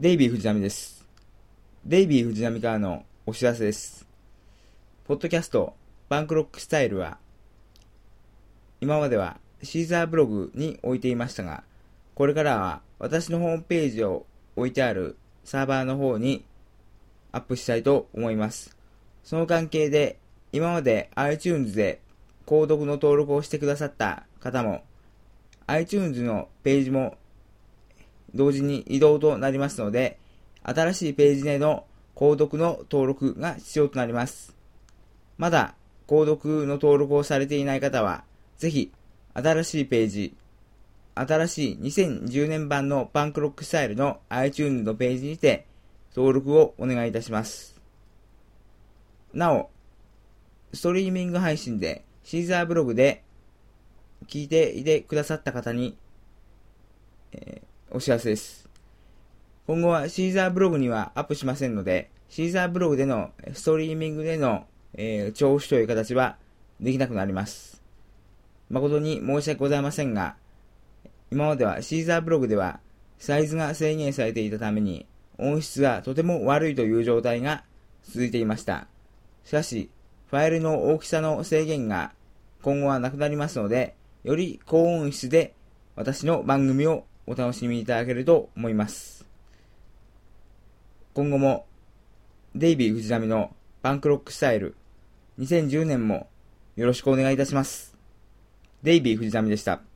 デイビー藤波です。デイビー藤波からのお知らせです。ポッドキャストパンクロックスタイルは、今まではシーザーブログに置いていましたが、これからは私のホームページを置いてあるサーバーの方にアップしたいと思います。その関係で、今まで iTunes で購読の登録をしてくださった方も、iTunes のページも同時に移動となりますので、新しいページでの購読の登録が必要となります。まだ購読の登録をされていない方は、ぜひ新しいページ、新しい2010年版のパンクロックスタイルの iTunes のページにて登録をお願いいたします。なお、ストリーミング配信でシーザーブログで聞いていてくださった方に、お知らせです。今後はシーザーブログにはアップしませんので、シーザーブログでのストリーミングでの、聴取という形はできなくなります。誠に申し訳ございませんが、今まではシーザーブログではサイズが制限されていたために音質がとても悪いという状態が続いていました。しかし、ファイルの大きさの制限が今後はなくなりますので、より高音質で私の番組をお楽しみいただけると思います。今後もデイビー藤波のパンクロックスタイル2010年もよろしくお願いいたします。デイビー藤波でした。